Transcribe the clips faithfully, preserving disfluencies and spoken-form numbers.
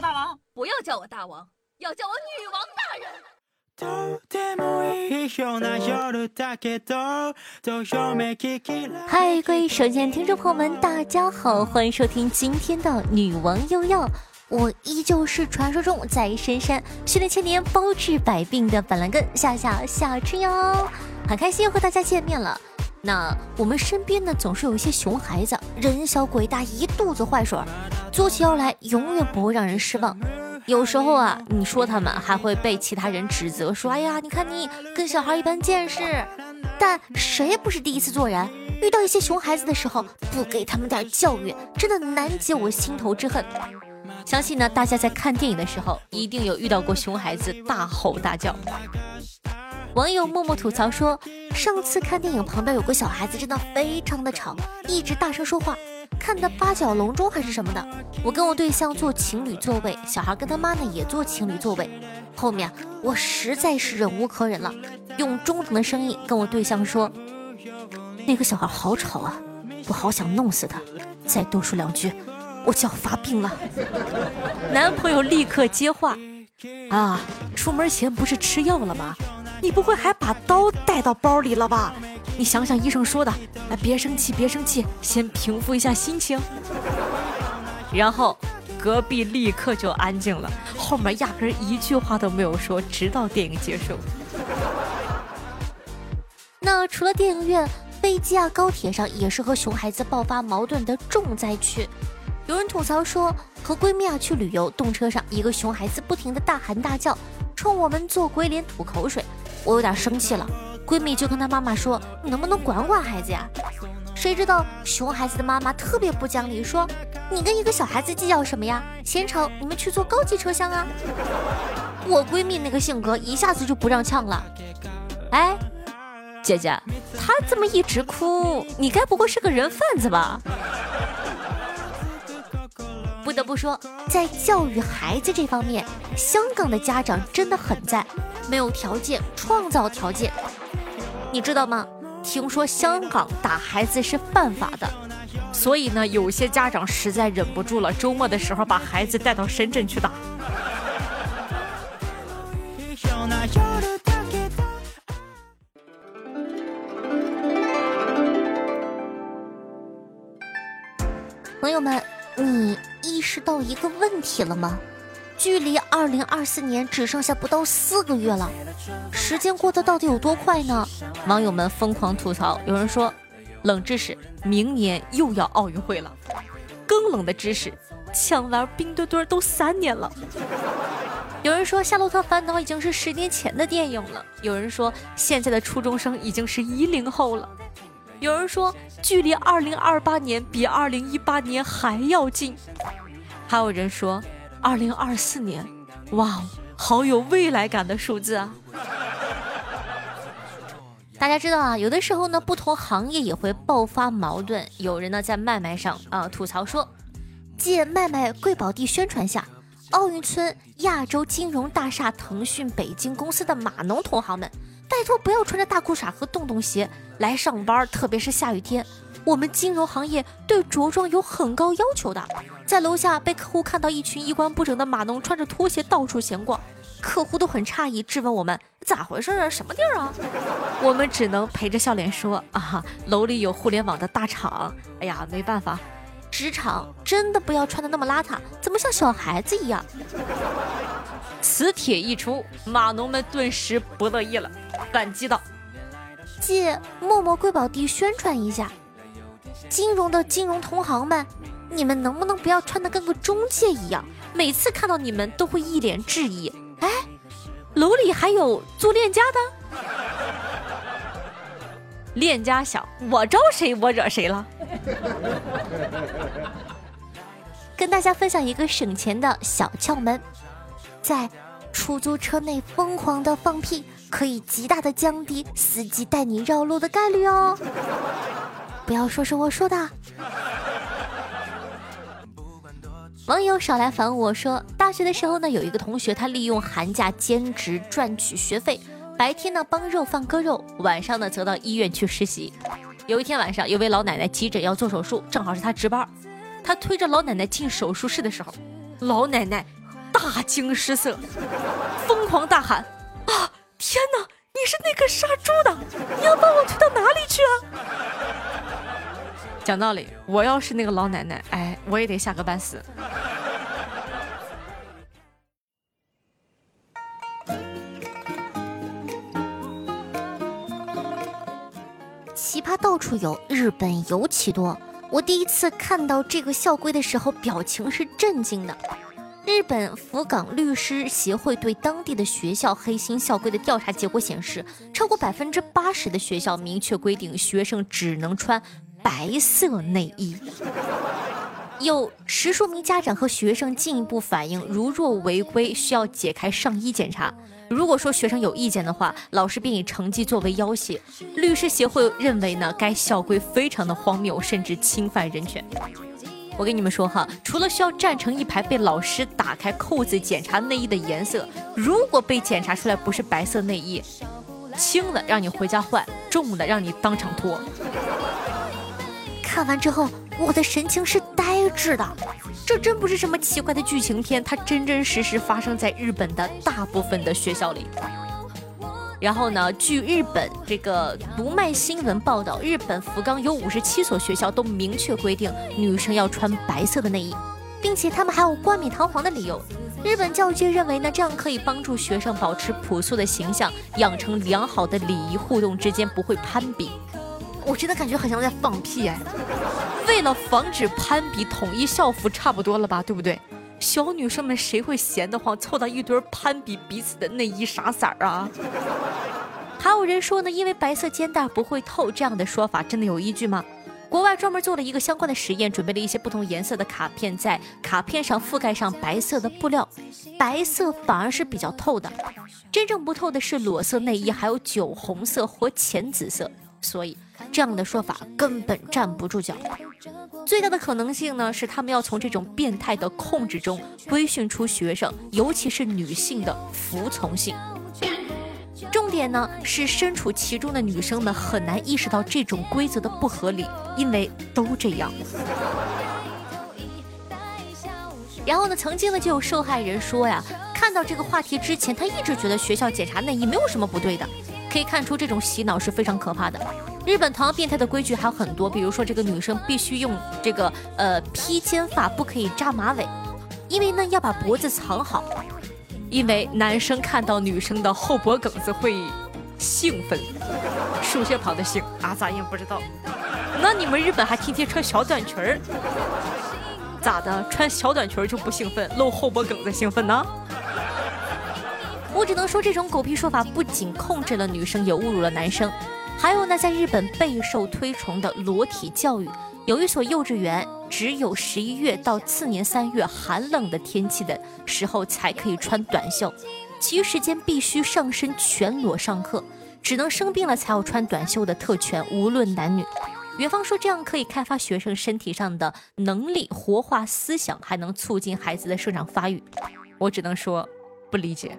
大王，不要叫我大王，要叫我女王大人。 嗨，各位手机听众朋友们，大家好，欢迎收听今天的女王又要。我依旧是传说中在深山训练千年包治百病的板蓝根夏夏夏春瑶，很开心又和大家见面了。那我们身边呢，总是有一些熊孩子，人小鬼大，一肚子坏水，做起药来永远不会让人失望。有时候啊，你说他们还会被其他人指责说，哎呀，你看你跟小孩一般见识。但谁也不是第一次做人，遇到一些熊孩子的时候，不给他们点教育，真的难解我心头之恨。相信呢，大家在看电影的时候，一定有遇到过熊孩子大吼大叫。网友默默吐槽说，上次看电影旁边有个小孩子真的非常的吵，一直大声说话，看的八角笼中还是什么的。我跟我对象坐情侣座位，小孩跟他妈呢也坐情侣座位。后面我实在是忍无可忍了，用中等的声音跟我对象说，那个小孩好吵啊，我好想弄死他，再多说两句我就要发病了。男朋友立刻接话，啊，出门前不是吃药了吗？你不会还把刀带到包里了吧？你想想医生说的，哎，别生气别生气，先平复一下心情。然后隔壁立刻就安静了，后面压根一句话都没有说，直到电影结束。那除了电影院，飞机啊高铁上也是和熊孩子爆发矛盾的重灾区。有人吐槽说，和闺蜜啊去旅游，动车上一个熊孩子不停地大喊大叫，冲我们做鬼脸吐口水，我有点生气了。闺蜜就跟她妈妈说，你能不能管管孩子呀？谁知道熊孩子的妈妈特别不讲理，说你跟一个小孩子计较什么呀？嫌吵你们去坐高级车厢啊。我闺蜜那个性格一下子就不让呛了。哎，姐姐，她这么一直哭，你该不会是个人贩子吧？不得不说，在教育孩子这方面，香港的家长真的很在，没有条件创造条件。你知道吗？听说香港打孩子是犯法的，所以呢，有些家长实在忍不住了，周末的时候把孩子带到深圳去打。朋友们，你意识到一个问题了吗？距离二零二四年只剩下不到四个月了，时间过得到底有多快呢？网友们疯狂吐槽，有人说冷知识，明年又要奥运会了。更冷的知识，抢完冰墩墩都三年了。有人说夏洛特烦恼已经是十年前的电影了，有人说现在的初中生已经是一零后了，有人说距离二零二八年比二零一八年还要近，还有人说二零二四年，哇，好有未来感的数字啊！大家知道啊，有的时候呢，不同行业也会爆发矛盾。有人呢在麦麦上啊、呃、吐槽说，借麦麦贵宝地宣传下，奥运村亚洲金融大厦腾讯北京公司的码农同行们，拜托不要穿着大裤衩和洞洞鞋来上班，特别是下雨天。我们金融行业对着装有很高要求的，在楼下被客户看到一群衣冠不整的码农穿着拖鞋到处闲逛，客户都很诧异，质问我们咋回事啊，什么地儿啊？我们只能陪着笑脸说啊，楼里有互联网的大厂。哎呀，没办法，职场真的不要穿得那么邋遢，怎么像小孩子一样？此帖一出，码农们顿时不乐意了，反击道：借陌陌贵宝地宣传一下，金融的金融同行们，你们能不能不要穿得跟个中介一样？每次看到你们都会一脸质疑。哎，楼里还有做链家的？链家想，我招谁我惹谁了？跟大家分享一个省钱的小窍门，在出租车内疯狂的放屁，可以极大的降低司机带你绕路的概率哦。不要说是我说的。网友少来烦我说，大学的时候呢，有一个同学他利用寒假兼职赚取学费，白天呢帮肉贩割肉，晚上呢则到医院去实习。有一天晚上，有位老奶奶急诊要做手术，正好是他值班，他推着老奶奶进手术室的时候，老奶奶大惊失色，疯狂大喊：啊，天哪，你是那个杀猪的，你要把我推到哪里去啊？讲道理，我要是那个老奶奶，哎，我也得吓个半死。奇葩到处有，日本尤其多。我第一次看到这个校规的时候，表情是震惊的。日本福冈律师协会对当地的学校黑心校规的调查结果显示，超过百分之八十的学校明确规定学生只能穿白色内衣。有十数名家长和学生进一步反映，如若违规，需要解开上衣检查。如果说学生有意见的话，老师便以成绩作为要挟。律师协会认为呢，该校规非常的荒谬，甚至侵犯人权。我跟你们说哈，除了需要站成一排被老师打开扣子检查内衣的颜色，如果被检查出来不是白色内衣，轻的让你回家换，重的让你当场脱。看完之后，我的神情是呆滞的，这真不是什么奇怪的剧情片，它真真实实发生在日本的大部分的学校里。然后呢，据日本这个读卖新闻报道，日本福冈有五十七所学校都明确规定女生要穿白色的内衣，并且他们还有冠冕堂皇的理由。日本教育界认为呢，这样可以帮助学生保持朴素的形象，养成良好的礼仪互动之间不会攀比。我真的感觉好像在放屁哎！为了防止攀比，统一校服差不多了吧，对不对？小女生们谁会闲得慌凑到一堆攀比彼此的内衣啥色儿啊？还有人说呢，因为白色肩带不会透，这样的说法真的有依据吗？国外专门做了一个相关的实验，准备了一些不同颜色的卡片，在卡片上覆盖上白色的布料，白色反而是比较透的，真正不透的是裸色内衣，还有酒红色或浅紫色，所以这样的说法根本站不住脚。最大的可能性呢，是他们要从这种变态的控制中规训出学生，尤其是女性的服从性。重点呢是身处其中的女生们很难意识到这种规则的不合理，因为都这样。然后呢，曾经呢就有受害人说呀，看到这个话题之前，他一直觉得学校检查内衣没有什么不对的。可以看出这种洗脑是非常可怕的。日本同样变态的规矩还有很多，比如说这个女生必须用这个呃披肩发，不可以扎马尾，因为呢要把脖子藏好，因为男生看到女生的后脖梗子会兴奋，竖穴旁的兴啊，咋也不知道。那你们日本还天天穿小短裙儿，咋的？穿小短裙就不兴奋，露后脖梗子兴奋呢？我只能说，这种狗屁说法不仅控制了女生，也侮辱了男生。还有呢，在日本备受推崇的裸体教育，有一所幼稚园只有十一月到次年三月寒冷的天气的时候才可以穿短袖，其余时间必须上身全裸上课，只能生病了才要穿短袖的特权，无论男女。园方说，这样可以开发学生身体上的能力，活化思想，还能促进孩子的生长发育。我只能说不理解。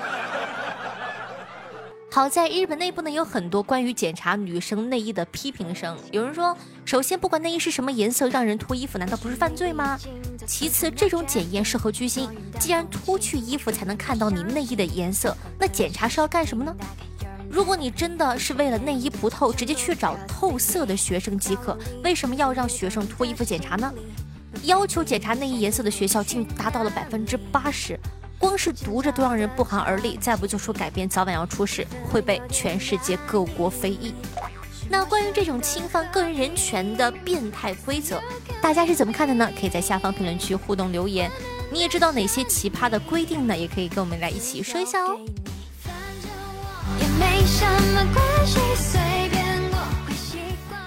好在日本内部呢有很多关于检查女生内衣的批评声。有人说，首先不管内衣是什么颜色，让人脱衣服难道不是犯罪吗？其次，这种检验是合居心，既然脱去衣服才能看到你内衣的颜色，那检查是要干什么呢？如果你真的是为了内衣不透，直接去找透色的学生即可，为什么要让学生脱衣服检查呢？要求检查内衣颜色的学校竟达到了百分之八十。光是读着都让人不寒而栗，再不做出改变，早晚要出事，会被全世界各国非议。那关于这种侵犯个人人权的变态规则，大家是怎么看的呢？可以在下方评论区互动留言。你也知道哪些奇葩的规定呢？也可以跟我们来一起说一下哦。也没什么关系，随便过会习惯。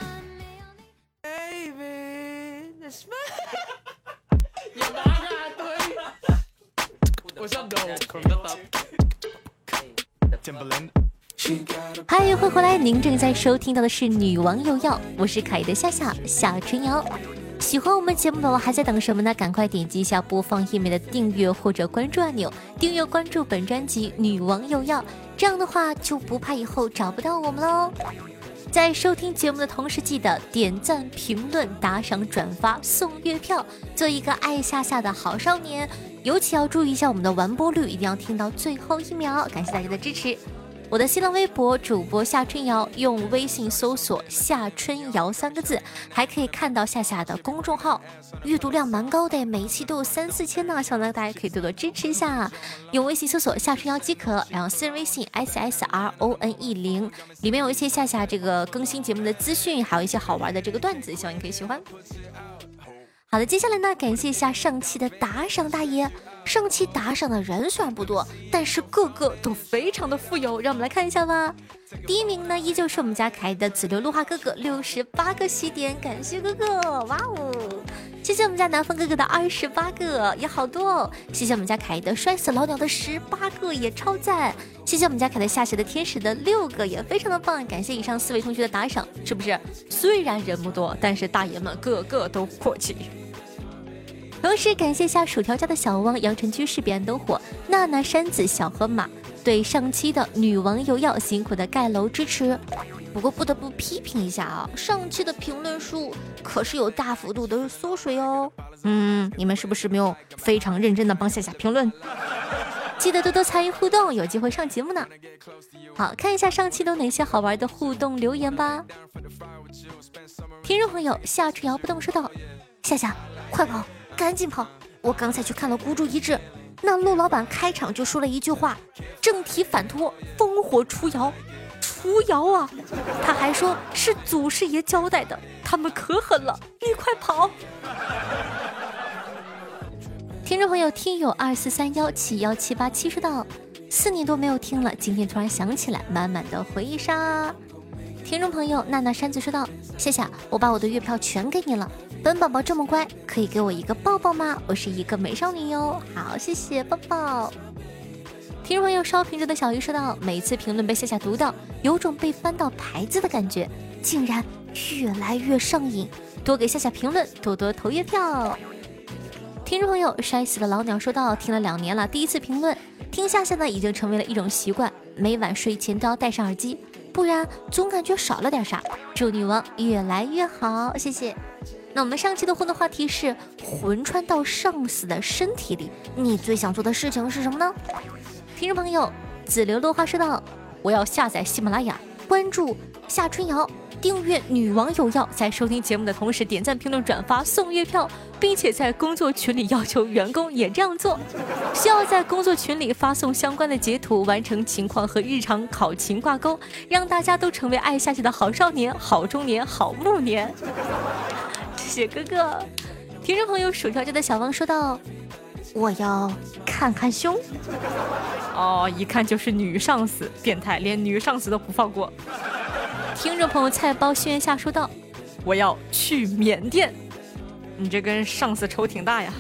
嗨，欢迎回来！您正在收听到的是《女王有药》，我是凯的夏夏夏春瑶。喜欢我们节目的还在等什么呢？赶快点击一下播放页面的订阅或者关注按钮，订阅关注本专辑《女王有药》，这样的话就不怕以后找不到我们喽。 在收听节目的同时，记得点赞、评论、打赏、转发、送月票，做一个爱夏夏的好少年。尤其要注意一下我们的完播率，一定要听到最后一秒。感谢大家的支持。我的新浪微博主播夏春瑶，用微信搜索夏春瑶三个字，还可以看到夏夏的公众号，阅读量蛮高的，每一期都有三四千呢，希望大家可以多多支持一下。用微信搜索夏春瑶即可，然后私人微信 S S R O N E 零，里面有一些夏夏这个更新节目的资讯，还有一些好玩的这个段子，希望你可以喜欢。好的，接下来呢，感谢一下上期的打赏大爷。上期打赏的人虽然不多，但是个个都非常的富有，让我们来看一下吧。第一名呢，依旧是我们家可爱的紫流鹿花哥哥，六十八个喜点，感谢哥哥，哇哦！谢谢我们家南风哥哥的二十八个，也好多哦。谢谢我们家可爱的摔死老鸟的十八个，也超赞。谢谢我们家可爱的下雪的天使的六个，也非常的棒。感谢以上四位同学的打赏，是不是？虽然人不多，但是大爷们个个都阔气。同时感谢下薯条家的小汪、阳城居士、彼岸灯火、娜娜、山子、小河马对上期的女王有药辛苦的盖楼支持。不过不得不批评一下啊，上期的评论数可是有大幅度的缩水哦。嗯，你们是不是没有非常认真的帮夏夏评论？记得多多参与互动，有机会上节目呢。好，看一下上期都哪些好玩的互动留言吧。听众朋友夏春瑶不动说道：夏夏，快跑！赶紧跑！我刚才去看了孤注一掷，那陆老板开场就说了一句话：正题反托，烽火除妖。除妖啊！他还说是祖师爷交代的，他们可狠了，你快跑！听众朋友听友二四三幺七幺七八七说道：四年多没有听了，今天突然想起来，满满的回忆杀。听众朋友娜娜山子说道：谢谢，我把我的月票全给你了。本宝宝这么乖，可以给我一个抱抱吗？我是一个美少女哟。好，谢谢抱抱。听众朋友烧瓶子的小鱼说道：每次评论被夏夏读到，有种被翻到牌子的感觉，竟然越来越上瘾。多给夏夏评论，多多投月票。听众朋友摔死的老鸟说道：听了两年了，第一次评论，听夏夏呢已经成为了一种习惯，每晚睡前都要戴上耳机，不然总感觉少了点啥。祝女王越来越好，谢谢。那我们上期的互动话题是魂穿到上司的身体里，你最想做的事情是什么呢？听众朋友紫流落花说道：我要下载喜马拉雅，关注夏春瑶，订阅女王有药，在收听节目的同时点赞、评论、转发、送月票，并且在工作群里要求员工也这样做。需要在工作群里发送相关的截图，完成情况和日常考勤挂钩，让大家都成为爱下去的好少年、好中年、好暮年。谢谢哥哥。听众朋友薯条家的小王说道：我要看看胸。哦，一看就是女上司，变态，连女上司都不放过。听众朋友菜包轩辕下说道：我要去缅甸。你这跟上司仇挺大呀。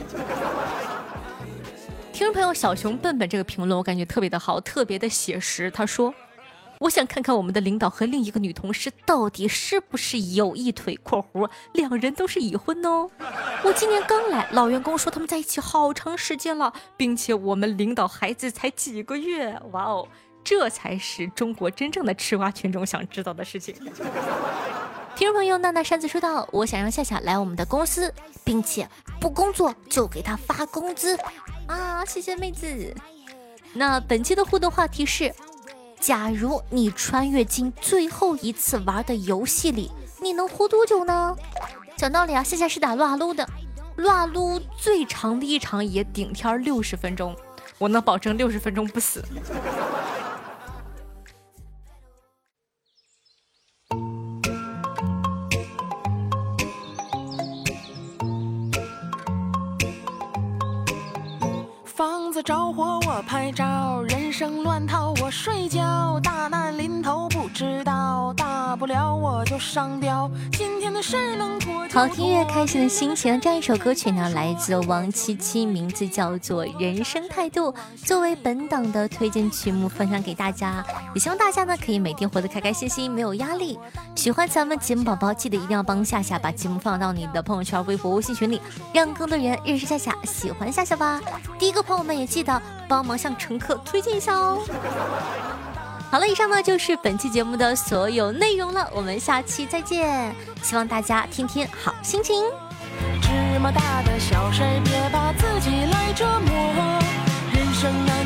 听众朋友小熊笨笨这个评论我感觉特别的好，特别的写实。他说：我想看看我们的领导和另一个女同事到底是不是有一腿（括弧两人都是已婚哦）。我今年刚来，老员工说他们在一起好长时间了，并且我们领导孩子才几个月。哇哦，这才是中国真正的吃瓜群众想知道的事情。听众朋友娜娜山子说道：我想让夏夏来我们的公司，并且不工作就给他发工资啊！谢谢妹子。那本期的互动话题是：假如你穿越进最后一次玩的游戏里，你能活多久呢？讲道理啊，夏夏是打撸啊撸的，撸啊撸最长的一场也顶天六十分钟，我能保证六十分钟不死。 房子着火我拍照，人生乱套我睡觉，大难临头不知道，大不了我就上吊。今天的事能拖就拖。好听乐开心的心情，这样一首歌曲呢，来自王七七，名字叫做《人生态度》，作为本档的推荐曲目分享给大家，也希望大家呢可以每天活得开开心心，没有压力。喜欢咱们节目宝宝，记得一定要帮夏夏把节目放到你的朋友圈、微博、微信群里，让更多人认识夏夏，喜欢夏夏吧。第一个朋友们也记得帮忙向乘客推荐一下哦。 好了，以上呢就是本期节目的所有内容了，我们下期再见，希望大家天天好心情。 芝麻大的小事别把自己来折磨，人生难